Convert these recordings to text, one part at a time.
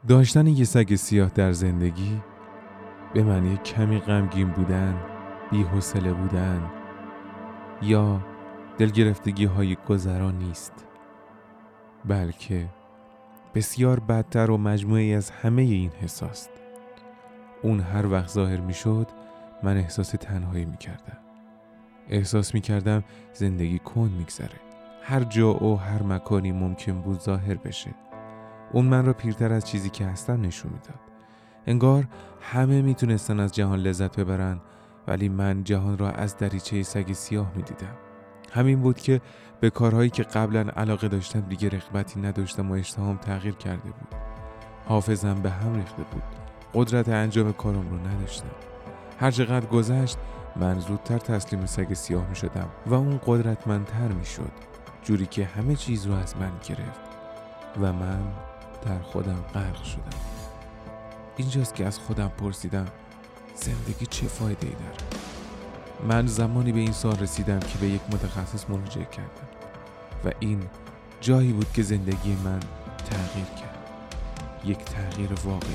داشتن یه سگ سیاه در زندگی به معنی کمی غمگین بودن، بی‌حوصله بودن یا دلگرفتگی های گذرا نیست، بلکه بسیار بدتر و مجموعی از همه این حساست. اون هر وقت ظاهر می شد من احساس تنهایی می کردم. احساس می کردم زندگی کند می گذره. هر جا و هر مکانی ممکن بود ظاهر بشه. اون من را پیرتر از چیزی که هستم نشون می داد. انگار همه می تونستن از جهان لذت ببرن، ولی من جهان را از دریچه سگ سیاه می دیدم. همین بود که به کارهایی که قبلا علاقه داشتم دیگه رغبتی نداشتم و اشتهام تغییر کرده بود. حافظم به هم ریخته بود. قدرت انجام کارم رو نداشتم. هر چقدر گذشت من زودتر تسلیم سگ سیاه می شدم و اون قدرتمندتر می شد، جوری که همه چیز رو از من گرفت و من در خودم غرق شدم. اینجاست که از خودم پرسیدم زندگی چه فایده ای داره؟ من زمانی به این سوال رسیدم که به یک متخصص مراجعه کردم و این جایی بود که زندگی من تغییر کرد. یک تغییر واقعی.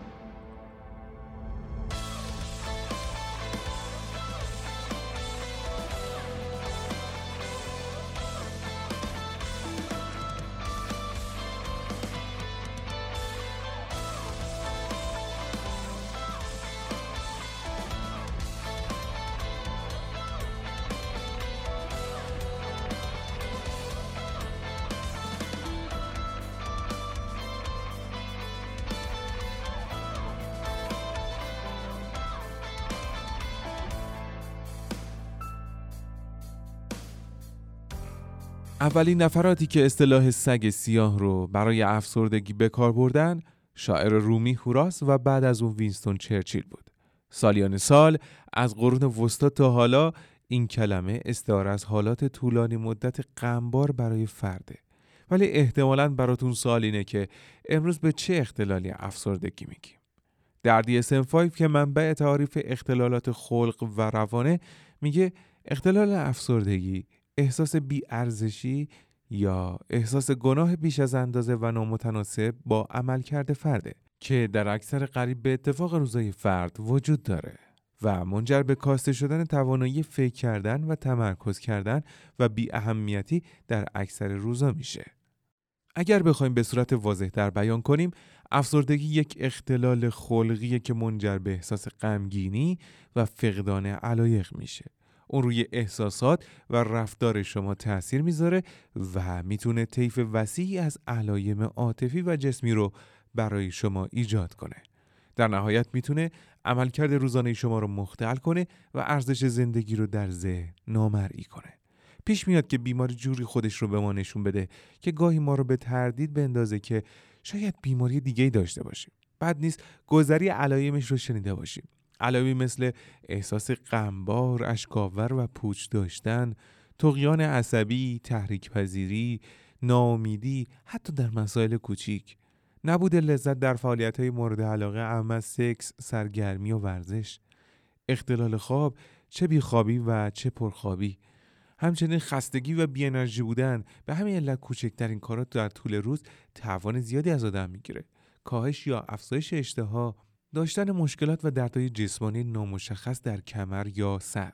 اولین نفراتی که اصطلاح سگ سیاه رو برای افسردگی به کار بردن شاعر رومی هوراس و بعد از اون وینستون چرچیل بود. سالیان سال از قرون وسطا تا حالا این کلمه استعاره از حالات طولانی مدت غمبار برای فرده. ولی احتمالاً براتون سوال اینه که امروز به چه اختلالی افسردگی میگیم؟ در DSM-5 که منبع تعریف اختلالات خلق و روانه میگه اختلال افسردگی احساس بی‌ارزشی یا احساس گناه بیش از اندازه و نامتناسب با عملکرد فرده که در اکثر قریب به اتفاق روزای فرد وجود داره و منجر به کاسته شدن توانایی فکر کردن و تمرکز کردن و بی اهمیتی در اکثر روزا میشه. اگر بخوایم به صورت واضح در بیان کنیم، افسردگی یک اختلال خلقیه که منجر به احساس غمگینی و فقدان علایق میشه. اون روی احساسات و رفتار شما تأثیر میذاره و میتونه طیف وسیعی از علایم عاطفی و جسمی رو برای شما ایجاد کنه. در نهایت میتونه عملکرد روزانه شما رو مختل کنه و ارزش زندگی رو در ذهن نامرئی کنه. پیش میاد که بیماری جوری خودش رو به ما نشون بده که گاهی ما رو به تردید بندازه که شاید بیماری دیگه‌ای داشته باشیم. بد نیست گذری علایمش رو شنیده باشیم. علایمی مثل احساس غمبار، اشک‌آور و پوچ داشتن، طغیان عصبی، تحریک پذیری، ناامیدی، حتی در مسائل کوچیک، نبود لذت در فعالیت‌های مورد علاقه اهم از سکس، سرگرمی و ورزش، اختلال خواب، چه بیخوابی و چه پرخوابی، همچنین خستگی و بی انرژی بودن. به همین علت کوچکترین کارات در طول روز توان زیادی از آدم میگیره. کاهش یا افزایش اشتها، داشتن مشکلات و دردهای جسمانی نامشخص در کمر یا سر،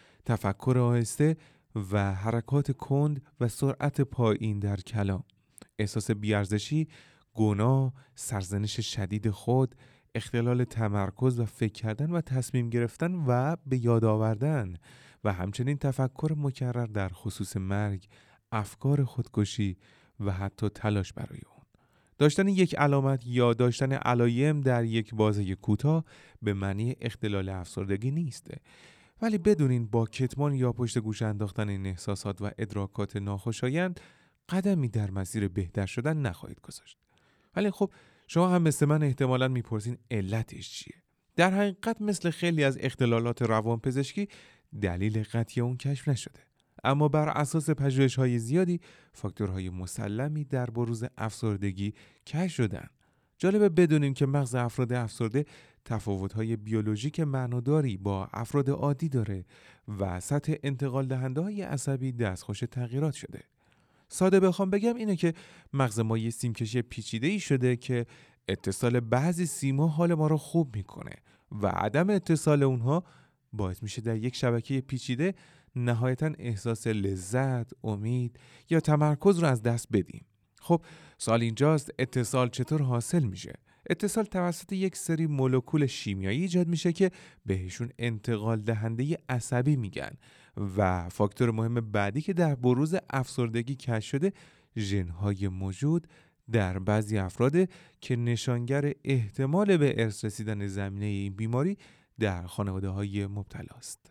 تفکر آهسته و حرکات کند و سرعت پایین در کلام، احساس بی‌ارزشی، گناه، سرزنش شدید خود، اختلال تمرکز و فکر کردن و تصمیم گرفتن و به یاد آوردن و همچنین تفکر مکرر در خصوص مرگ، افکار خودکشی و حتی تلاش برای اون. داشتن یک علامت یا داشتن علایم در یک بازه کوتاه به معنی اختلال افسردگی نیسته، ولی بدونین با کتمان یا پشت گوش انداختن این احساسات و ادراکات ناخوشایند قدمی در مسیر بهتر شدن نخواهید گذاشت. ولی خب شما هم مثل من احتمالاً میپرسین علتش چیه؟ در حقیقت مثل خیلی از اختلالات روانپزشکی دلیل قطعی اون کشف نشده، اما بر اساس پژوهش‌های زیادی فاکتورهای مسلمی در بروز افسردگی کشف شدن. جالبه بدونیم که مغز افراد افسرده تفاوت‌های بیولوژیک معناداری با افراد عادی داره و سطح انتقال دهنده‌های عصبی دستخوش تغییرات شده. ساده بخوام بگم اینه که مغز ما یه سیمکشی پیچیده‌ای شده که اتصال بعضی سیما حال ما رو خوب میکنه و عدم اتصال اونها باعث میشه در یک شبکه پیچیده نهایتاً احساس لذت، امید یا تمرکز رو از دست بدیم. خب سوال اینجاست اتصال چطور حاصل میشه؟ اتصال توسط یک سری مولکول شیمیایی ایجاد میشه که بهشون انتقال دهنده عصبی میگن و فاکتور مهم بعدی که در بروز افسردگی کشف شده ژن‌های موجود در بعضی افراده که نشانگر احتمال به ارث رسیدن زمینه این بیماری در خانواده‌های مبتلا است.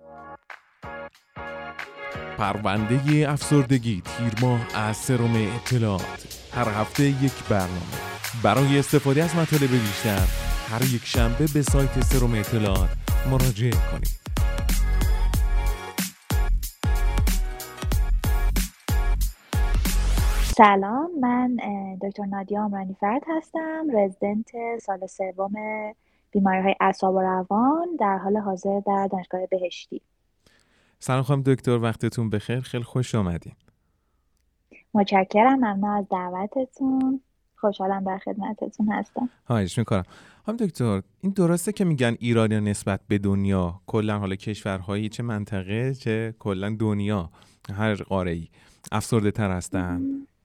پرونده افسردگی تیر ماه از سرم اطلاعات، هر هفته یک برنامه. برای استفاده از مطالب بیشتر هر یک شنبه به سایت سرم اطلاعات مراجعه کنید. سلام، من دکتر نادیا عمرانی‌فرد هستم، رزیدنت سال سوم بیماری‌های اعصاب و روان در حال حاضر در دانشگاه بهشتی. سلام خانم دکتر، وقتتون بخیر، خیلی خوش آمدین. متشکرم، ممنون از دعوتتون، خوشحالم در خدمتتون هستم. خواهش میکنم. خانم دکتر، این درسته که میگن ایرانیان نسبت به دنیا، کلا حالا کشورهایی چه منطقه چه کلا دنیا هر قاره‌ای افسرده تر هستن؟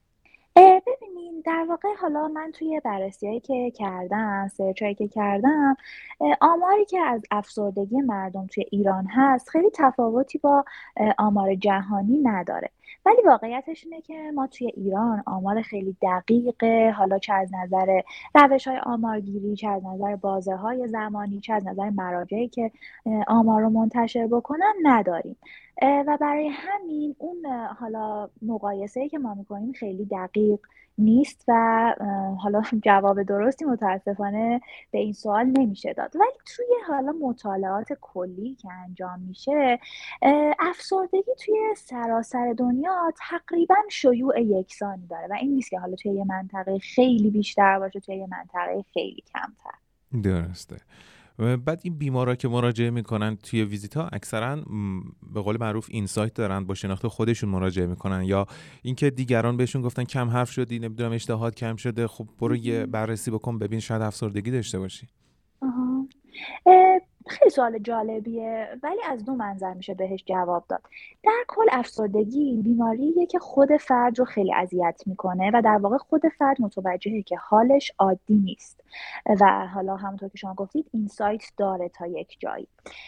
ببینین در واقع حالا من توی بررسی‌هایی که کردم، سرچ‌هایی که کردم، آماری که از افسردگی مردم توی ایران هست خیلی تفاوتی با آمار جهانی نداره. ولی واقعیتش اینه که ما توی ایران آمار خیلی دقیقه، حالا چه از نظر روش‌های آمارگیری، چه از نظر بازه‌های زمانی، چه از نظر مراجعی که آمار رو منتشر بکنن نداریم. و برای همین اون حالا مقایسه‌ای که ما می‌کنیم خیلی دقیق نیست و حالا جواب درستی متاسفانه به این سوال نمیشه داد. ولی توی حالا مطالعات کلی که انجام میشه، افسردگی توی سراسر دنیا تقریبا شیوع یکسانی داره و این نیست که حالا توی یه منطقه خیلی بیشتر باشه، توی یه منطقه خیلی کمتر. درسته. و بعد این بیمارا که مراجعه میکنن توی ویزیت ها اکثرا به قول معروف اینسایت دارن، با شناخت خودشون مراجعه میکنن، یا اینکه دیگران بهشون گفتن کم حرف شدی، نمیدونم اشتهات کم شده، خب برو یه بررسی بکن ببین شاید افسردگی داشته باشی. آها. خیلی سوال جالبیه، ولی از دو منظر میشه بهش جواب داد. در کل افسردگی بیماریه که خود فرد رو خیلی اذیت میکنه و در واقع خود فرد متوجهه که حالش عادی نیست و حالا همونطور که شما گفتید اینسایت داره تا یک جایی.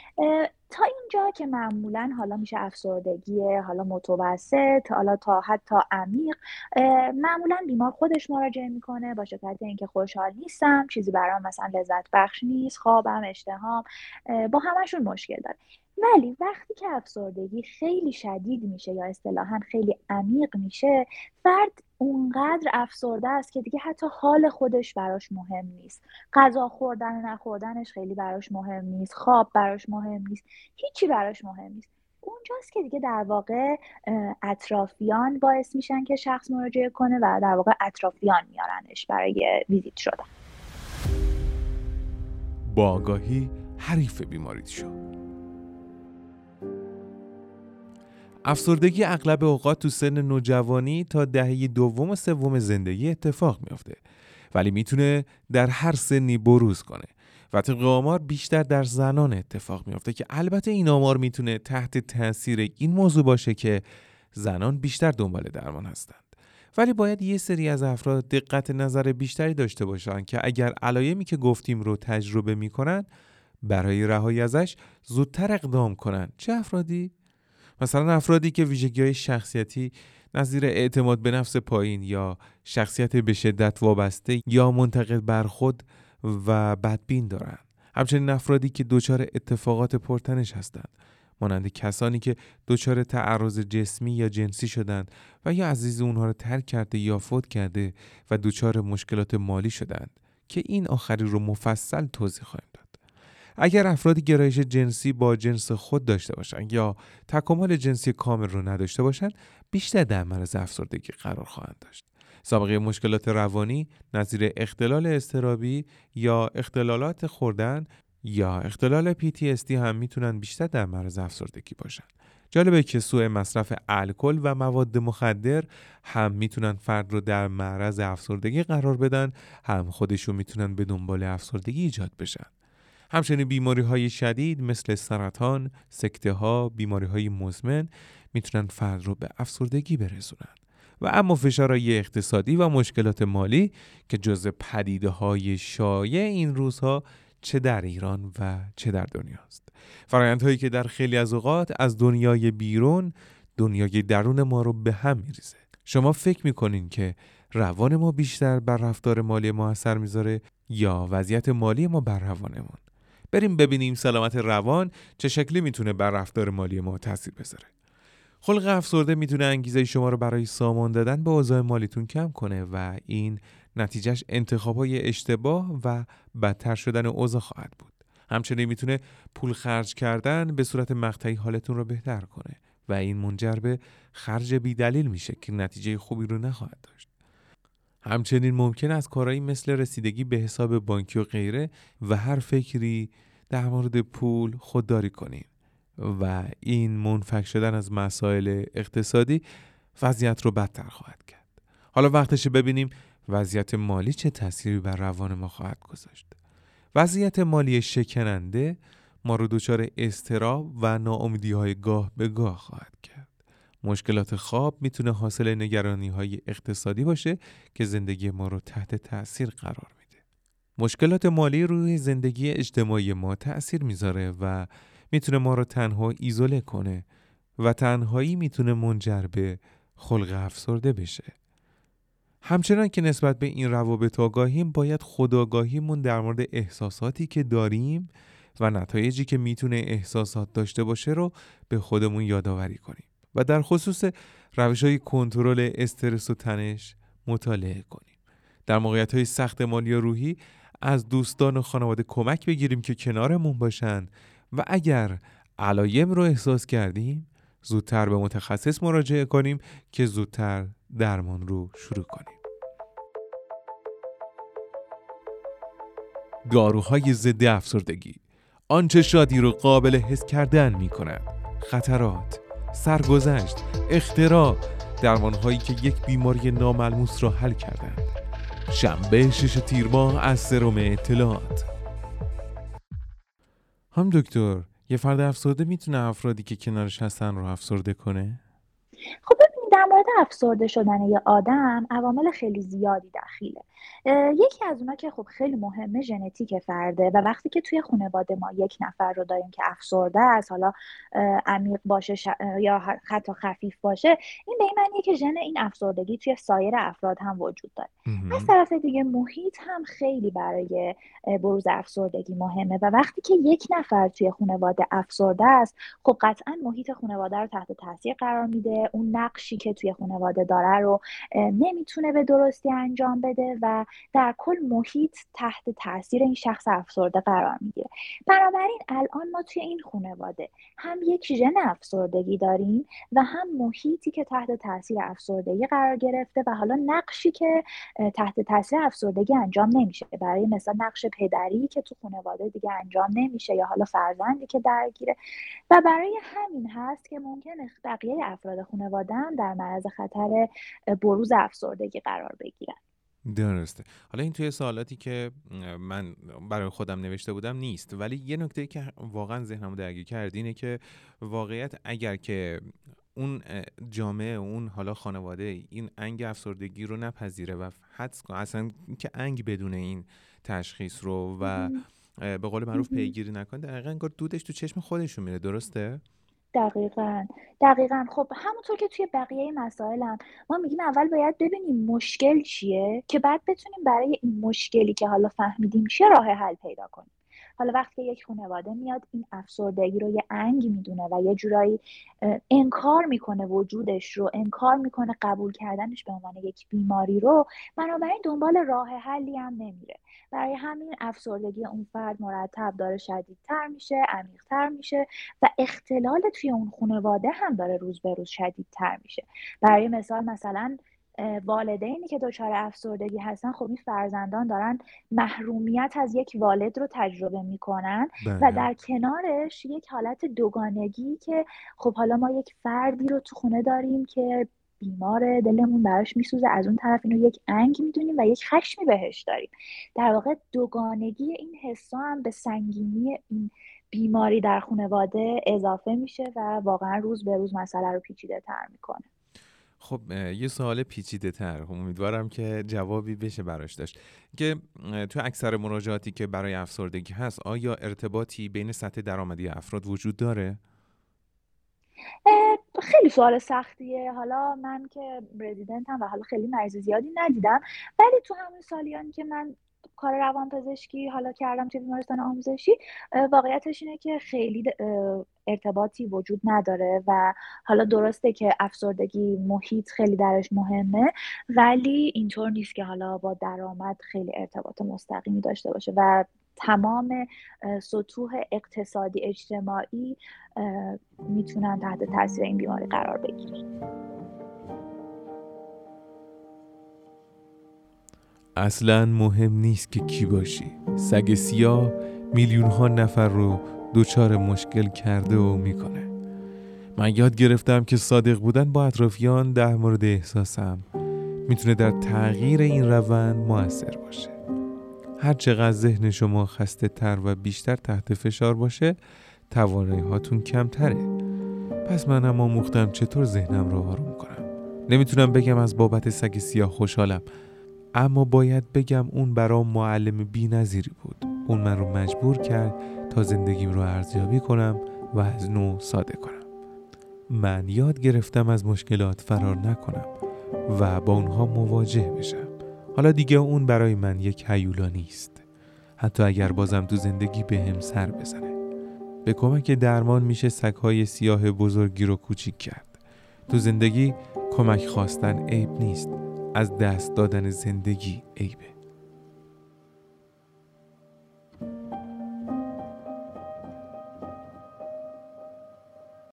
تا اینجا که معمولا حالا میشه افسردگی حالا متوسط حالا تا حتی عمیق، معمولا بیمار خودش مراجعه میکنه با شکایت اینکه خوشحال نیستم، چیزی برام مثلا لذت بخش نیست، خوابم، اشتهام، با همشون مشکل داره. ولی وقتی که افسردگی خیلی شدید میشه یا اصطلاحاً خیلی عمیق میشه، فرد اونقدر افسرده است که دیگه حتی حال خودش براش مهم نیست، غذا خوردن و نخوردنش خیلی براش مهم نیست، خواب براش مهم نیست، هیچی براش مهم نیست. اونجاست که دیگه در واقع اطرافیان باعث میشن که شخص مراجعه کنه و در واقع اطرافیان میارنش برای ویزیت شدن. با آگاهی حریف بیماریت شو. افسردگی اغلب اوقات تو سن نوجوانی تا دهه دوم و سوم زندگی اتفاق میفته، ولی میتونه در هر سنی بروز کنه و طبق آمار بیشتر در زنان اتفاق میفته که البته این آمار میتونه تحت تاثیر این موضوع باشه که زنان بیشتر دنبال درمان هستند. ولی باید یه سری از افراد دقت نظر بیشتری داشته باشن که اگر علایمی که گفتیم رو تجربه میکنن برای رهایی ازش زودتر اقدام کنن. چه افرادی؟ مثلا افرادی که ویژگی‌های شخصیتی نظیر اعتماد به نفس پایین یا شخصیت به شدت وابسته یا منتقد بر خود و بدبین دارن. همچنین افرادی که دچار اتفاقات پرتنش هستند، مانند کسانی که دچار تعرض جسمی یا جنسی شدند و یا عزیز اونها رو ترک کرده یا فوت کرده و دچار مشکلات مالی شدند که این آخری رو مفصل توضیح خواهیم داد. اگر افرادی گرایش جنسی با جنس خود داشته باشند یا تکامل جنسی کامل رو نداشته باشند بیشتر در معرض افسردگی قرار خواهند داشت. سابقه مشکلات روانی نظیر اختلال اضطرابی یا اختلالات خوردن یا اختلال PTSD هم میتونن بیشتر در معرض افسردگی باشن. جالبه که سوء مصرف الکل و مواد مخدر هم میتونن فرد رو در معرض افسردگی قرار بدن، هم خودشون میتونن به دنبال افسردگی ایجاد بشن. همچنین بیماری‌های شدید مثل سرطان، سکته‌ها، بیماری‌های مزمن میتونن فرد رو به افسردگی برسونن. و اما فشارهای اقتصادی و مشکلات مالی که جزء پدیده‌های شایع این روزها چه در ایران و چه در دنیاست. فرآیندهایی که در خیلی از اوقات از دنیای بیرون دنیای درون ما رو به هم میریزه. شما فکر میکنین که روان ما بیشتر بر رفتار مالی ما اثر میذاره یا وضعیت مالی ما بر روانمون؟ بریم ببینیم سلامت روان چه شکلی میتونه بر رفتار مالی ما تاثیر بذاره. خلق افسرده میتونه انگیزه شما رو برای سامان دادن به اوضاع مالیتون کم کنه و این نتیجهش انتخابای اشتباه و بدتر شدن اوضاع خواهد بود. همچنین میتونه پول خرج کردن به صورت مقطعی حالتون رو بهتر کنه و این منجر به خرج بی دلیل میشه که نتیجه خوبی رو نخواهد داشت. همچنین ممکن است کارهایی مثل رسیدگی به حساب بانکی و غیره و هر فکری در مورد پول خودداری کنین و این منفک شدن از مسائل اقتصادی وضعیت رو بدتر خواهد کرد. حالا وقتشه ببینیم وضعیت مالی چه تأثیری بر روان ما خواهد گذاشت. وضعیت مالی شکننده ما رو دچار اضطراب و ناامیدی‌های گاه به گاه خواهد کرد. مشکلات خواب میتونه حاصل نگرانی‌های اقتصادی باشه که زندگی ما رو تحت تأثیر قرار میده. مشکلات مالی روی زندگی اجتماعی ما تأثیر میذاره و میتونه ما رو تنها ایزوله کنه و تنهایی میتونه منجر به خلق افسرده بشه. همچنان که نسبت به این روابط آگاهیم، باید خودآگاهیمون در مورد احساساتی که داریم و نتایجی که میتونه احساسات داشته باشه رو به خودمون یادآوری کنیم و در خصوص روش‌های کنترل استرس و تنش مطالعه کنیم. در موقعیت‌های سخت مالی و روحی از دوستان و خانواده کمک بگیریم که کنارمون باشن و اگر علایم رو احساس کردیم زودتر به متخصص مراجعه کنیم که زودتر درمان رو شروع کنیم. داروهای ضد افسردگی، آنچه شادی رو قابل حس کردن می کند. خطرات، سرگذشت، اختراع، درمانهایی که یک بیماری ناملموس را حل کردند. شنبه 6 تیر ماه از سرم اطلاعات. هم دکتر، یه فرد افسرده میتونه افرادی که کنارش هستن رو افسرده کنه؟ خب ببینید، در مورد افسرده شدن یه آدم عوامل خیلی زیادی دخیله. یکی از اونا که خب خیلی مهمه ژنتیک فرده و وقتی که توی خانواده ما یک نفر رو داریم که افسرده است، حالا عمیق باشه یا حتی خفیف باشه، این به این معنیه که ژن این افسردگی توی سایر افراد هم وجود داره. از طرف دیگه محیط هم خیلی برای بروز افسردگی مهمه و وقتی که یک نفر توی خانواده افسرده است، خب قطعا محیط خانواده رو تحت تاثیر قرار میده. اون نقشی که توی خانواده داره رو نمیتونه به درستی انجام بده و در کل محیط تحت تاثیر این شخص افسرده قرار میگیره. بنابراین الان ما توی این خانواده هم یک ژن افسردگی داریم و هم محیطی که تحت تاثیر افسردگی قرار گرفته و حالا نقشی که تحت تاثیر افسردگی انجام نمیشه. برای مثلا نقش پدری که تو خانواده دیگه انجام نمیشه یا حالا فرزندی که درگیره و برای همین هست که ممکنه بقیه افراد خانواده هم در معرض خطر بروز افسردگی قرار بگیرن. درسته. حالا این توی سوالاتی که من برای خودم نوشته بودم نیست، ولی یه نکته که واقعا ذهنمو درگیر کرد اینه که واقعیت اگر که اون جامعه، اون حالا خانواده این انگ افسردگی رو نپذیره و حدس کنه اصلا که انگ بدون این تشخیص رو و به قول معروف پیگیری نکنه، دقیقاً انگار دودش تو چشم خودشون میره. درسته؟ دقیقاً. خب همونطور که توی بقیه مسائل هم ما میگیم اول باید ببینیم مشکل چیه که بعد بتونیم برای این مشکلی که حالا فهمیدیم چیه راه حل پیدا کنیم. حالا وقتی یک خانواده میاد این افسردگی رو یه انگ میدونه و یه جورایی انکار میکنه وجودش رو، انکار میکنه قبول کردنش به عنوان یک بیماری رو، بنابراین دنبال راه حلی هم نمیره. برای همین افسردگی اون فرد مرتب داره شدیدتر میشه، عمیق‌تر میشه و اختلال توی اون خانواده هم داره روز به روز شدیدتر میشه. برای مثال مثلا والدینی که دچار افسردگی هستن، خب این فرزندان دارن محرومیت از یک والد رو تجربه میکنن و بله. در کنارش یک حالت دوگانگی که خب حالا ما یک فردی رو تو خونه داریم که بیماره، دلمون براش میسوزه، از اون طرف اینو یک انگ میدونیم و یک خشمی بهش داریم. در واقع دوگانگی این حسا هم به سنگینی این بیماری در خانواده اضافه میشه و واقعا روز به روز مسئله رو پیچیده تر میکنه. خب یه سوال پیچیده تر، امیدوارم که جوابی بشه براش داشت، که تو اکثر مراجعاتی که برای افسردگی هست آیا ارتباطی بین سطح درآمدی افراد وجود داره؟ خیلی سوال سختیه. حالا من که رزیدنتم و حالا خیلی مریض زیادی ندیدم، ولی تو همون سالیانی که من کار روانپزشکی حالا کردم توی بیمارستان آموزشی، واقعیتش اینه که خیلی ارتباطی وجود نداره و حالا درسته که افسردگی محیط خیلی درش مهمه، ولی اینطور نیست که حالا با درآمد خیلی ارتباط مستقیمی داشته باشه و تمام سطوح اقتصادی اجتماعی میتونن تحت تاثیر این بیماری قرار بگیرن. اصلاً مهم نیست که کی باشی. سگ سیاه میلیون ها نفر رو دوچار مشکل کرده و میکنه. من یاد گرفتم که صادق بودن با اطرافیان در مورد احساسم میتونه در تغییر این روند مؤثر باشه. هر چقدر ذهن شما خسته تر و بیشتر تحت فشار باشه، توانایی هاتون کمتره. پس من هم آموختم چطور ذهنم رو آروم کنم. نمیتونم بگم از بابت سگ سیاه خوشحالم، اما باید بگم اون برام معلم بی‌نظیری بود. اون من رو مجبور کرد تا زندگیم رو ارزیابی کنم و از نو ساده کنم. من یاد گرفتم از مشکلات فرار نکنم و با اونها مواجه بشم. حالا دیگه اون برای من یک هیولا نیست، حتی اگر بازم تو زندگی بهم سر بزنه. به کمک درمان میشه سگ‌های سیاه بزرگی رو کوچیک کرد. تو زندگی کمک خواستن عیب نیست، از دست دادن زندگی عیبه.